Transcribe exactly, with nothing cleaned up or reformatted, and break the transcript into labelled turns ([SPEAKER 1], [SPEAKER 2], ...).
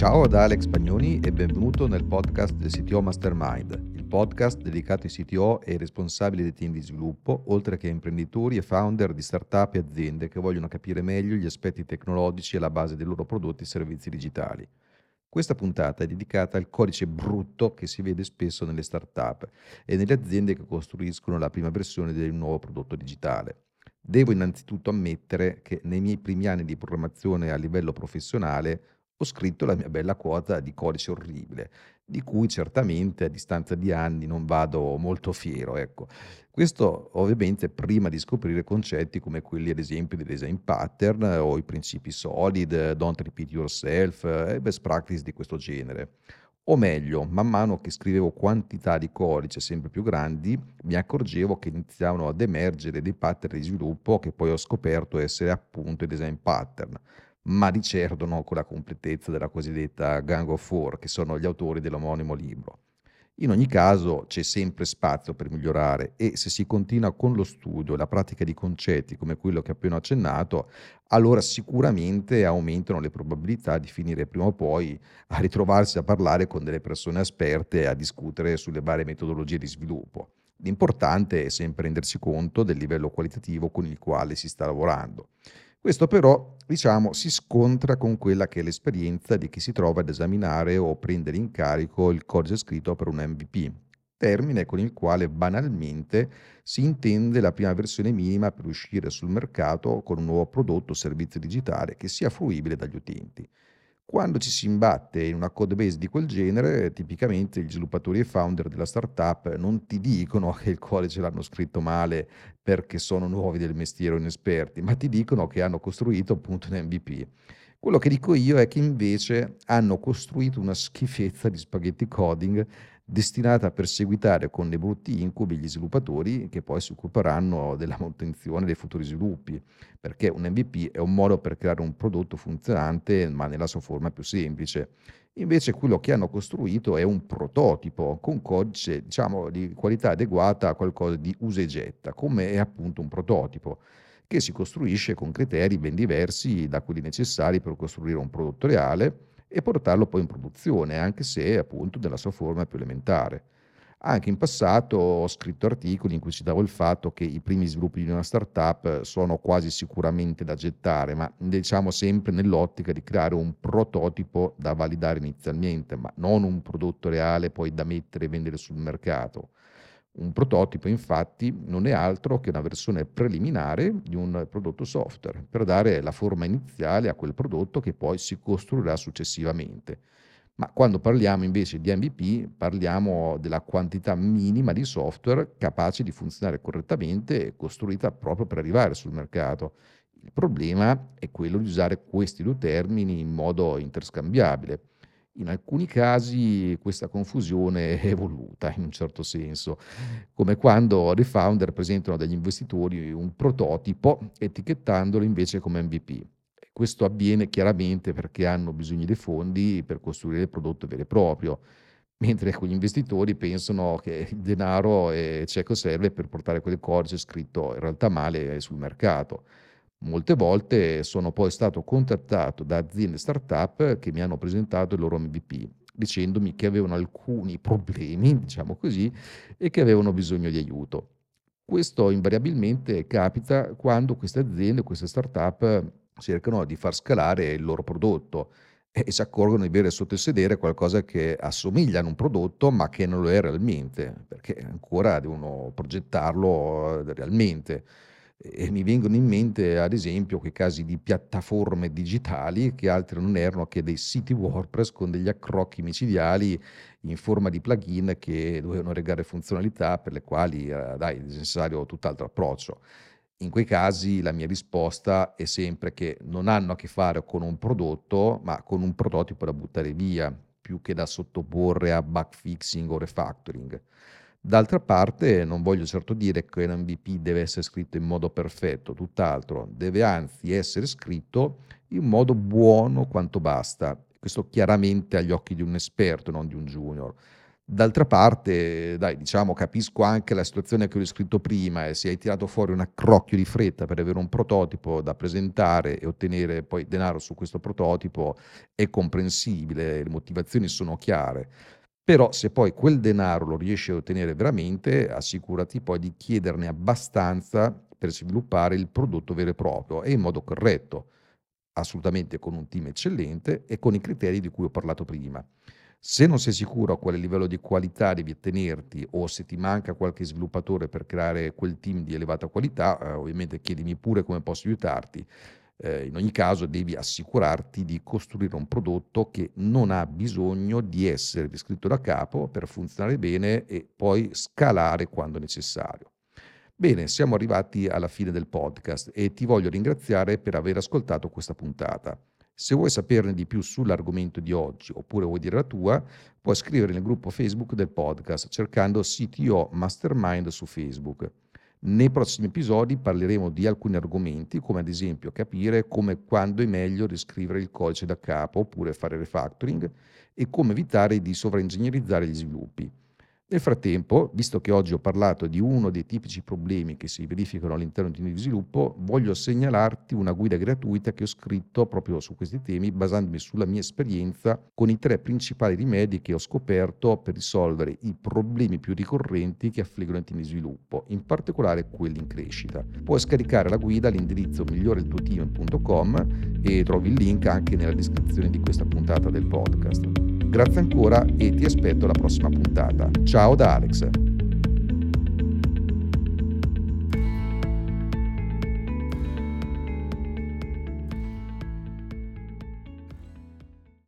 [SPEAKER 1] Ciao da Alex Pagnoni e benvenuto nel podcast del C T O Mastermind, il podcast dedicato ai C T O e ai responsabili dei team di sviluppo, oltre che a imprenditori e founder di startup e aziende che vogliono capire meglio gli aspetti tecnologici alla base dei loro prodotti e servizi digitali. Questa puntata è dedicata al codice brutto che si vede spesso nelle startup e nelle aziende che costruiscono la prima versione del nuovo prodotto digitale. Devo innanzitutto ammettere che nei miei primi anni di programmazione a livello professionale ho scritto la mia bella quota di codice orribile, di cui certamente a distanza di anni non vado molto fiero, ecco. Questo ovviamente prima di scoprire concetti come quelli ad esempio di design pattern eh, o i principi solid, eh, don't repeat yourself eh, e best practice di questo genere. O meglio, man mano che scrivevo quantità di codice sempre più grandi, mi accorgevo che iniziavano ad emergere dei pattern di sviluppo che poi ho scoperto essere appunto i design pattern, ma di certo non con la completezza della cosiddetta Gang of Four, che sono gli autori dell'omonimo libro. In ogni caso c'è sempre spazio per migliorare e se si continua con lo studio e la pratica di concetti come quello che ho appena accennato, allora sicuramente aumentano le probabilità di finire prima o poi a ritrovarsi a parlare con delle persone esperte e a discutere sulle varie metodologie di sviluppo. L'importante è sempre rendersi conto del livello qualitativo con il quale si sta lavorando. Questo però, diciamo, si scontra con quella che è l'esperienza di chi si trova ad esaminare o prendere in carico il codice scritto per un M V P, termine con il quale banalmente si intende la prima versione minima per uscire sul mercato con un nuovo prodotto o servizio digitale che sia fruibile dagli utenti. Quando ci si imbatte in una code base di quel genere, tipicamente gli sviluppatori e founder della startup non ti dicono che il codice l'hanno scritto male perché sono nuovi del mestiere o inesperti, ma ti dicono che hanno costruito appunto un M V P. Quello che dico io è che invece hanno costruito una schifezza di spaghetti coding destinata a perseguitare con dei brutti incubi gli sviluppatori che poi si occuperanno della manutenzione dei futuri sviluppi, perché un M V P è un modo per creare un prodotto funzionante, ma nella sua forma più semplice. Invece quello che hanno costruito è un prototipo con codice, diciamo, di qualità adeguata a qualcosa di usa e getta, come è appunto un prototipo, che si costruisce con criteri ben diversi da quelli necessari per costruire un prodotto reale e portarlo poi in produzione, anche se appunto nella sua forma più elementare. Anche in passato ho scritto articoli in cui citavo il fatto che i primi sviluppi di una startup sono quasi sicuramente da gettare, ma diciamo sempre nell'ottica di creare un prototipo da validare inizialmente, ma non un prodotto reale poi da mettere e vendere sul mercato. Un prototipo, infatti, non è altro che una versione preliminare di un prodotto software, per dare la forma iniziale a quel prodotto che poi si costruirà successivamente. Ma quando parliamo invece di M V P, parliamo della quantità minima di software capace di funzionare correttamente e costruita proprio per arrivare sul mercato. Il problema è quello di usare questi due termini in modo interscambiabile. In alcuni casi questa confusione è voluta in un certo senso, come quando dei founder presentano agli investitori un prototipo etichettandolo invece come M V P. Questo avviene chiaramente perché hanno bisogno dei fondi per costruire il prodotto vero e proprio, mentre quegli investitori pensano che il denaro è cieco serve per portare quel codice scritto in realtà male sul mercato. Molte volte sono poi stato contattato da aziende startup che mi hanno presentato il loro M V P, dicendomi che avevano alcuni problemi, diciamo così, e che avevano bisogno di aiuto. Questo invariabilmente capita quando queste aziende, queste startup cercano di far scalare il loro prodotto e si accorgono di avere sotto il sedere qualcosa che assomiglia a un prodotto, ma che non lo è realmente, perché ancora devono progettarlo eh, realmente. E mi vengono in mente, ad esempio, quei casi di piattaforme digitali che altro non erano che dei siti WordPress con degli accrocchi micidiali in forma di plugin che dovevano regare funzionalità per le quali, eh, dai, è necessario tutt'altro approccio. In quei casi la mia risposta è sempre che non hanno a che fare con un prodotto, ma con un prototipo da buttare via, più che da sottoporre a bug fixing o refactoring. D'altra parte non voglio certo dire che un M V P deve essere scritto in modo perfetto, tutt'altro, deve anzi essere scritto in modo buono quanto basta. Questo chiaramente agli occhi di un esperto, non di un junior. D'altra parte, dai, diciamo, capisco anche la situazione che ho descritto prima e se hai tirato fuori un accrocchio di fretta per avere un prototipo da presentare e ottenere poi denaro su questo prototipo è comprensibile, le motivazioni sono chiare. Però se poi quel denaro lo riesci a ottenere veramente, assicurati poi di chiederne abbastanza per sviluppare il prodotto vero e proprio e in modo corretto, assolutamente con un team eccellente e con i criteri di cui ho parlato prima. Se non sei sicuro a quale livello di qualità devi attenerti o se ti manca qualche sviluppatore per creare quel team di elevata qualità, eh, ovviamente chiedimi pure come posso aiutarti. Eh, in ogni caso devi assicurarti di costruire un prodotto che non ha bisogno di essere riscritto da capo per funzionare bene e poi scalare quando necessario. Bene, siamo arrivati alla fine del podcast e ti voglio ringraziare per aver ascoltato questa puntata. Se vuoi saperne di più sull'argomento di oggi oppure vuoi dire la tua, puoi scrivere nel gruppo Facebook del podcast cercando C T O Mastermind su Facebook. Nei prossimi episodi parleremo di alcuni argomenti, come ad esempio capire come e quando è meglio riscrivere il codice da capo oppure fare refactoring e come evitare di sovraingegnerizzare gli sviluppi. Nel frattempo, visto che oggi ho parlato di uno dei tipici problemi che si verificano all'interno di un team di sviluppo, voglio segnalarti una guida gratuita che ho scritto proprio su questi temi, basandomi sulla mia esperienza con i tre principali rimedi che ho scoperto per risolvere i problemi più ricorrenti che affliggono i team di sviluppo, in particolare quelli in crescita. Puoi scaricare la guida all'indirizzo migliore il tuo team punto com e trovi il link anche nella descrizione di questa puntata del podcast. Grazie ancora e ti aspetto alla prossima puntata. Ciao da Alex.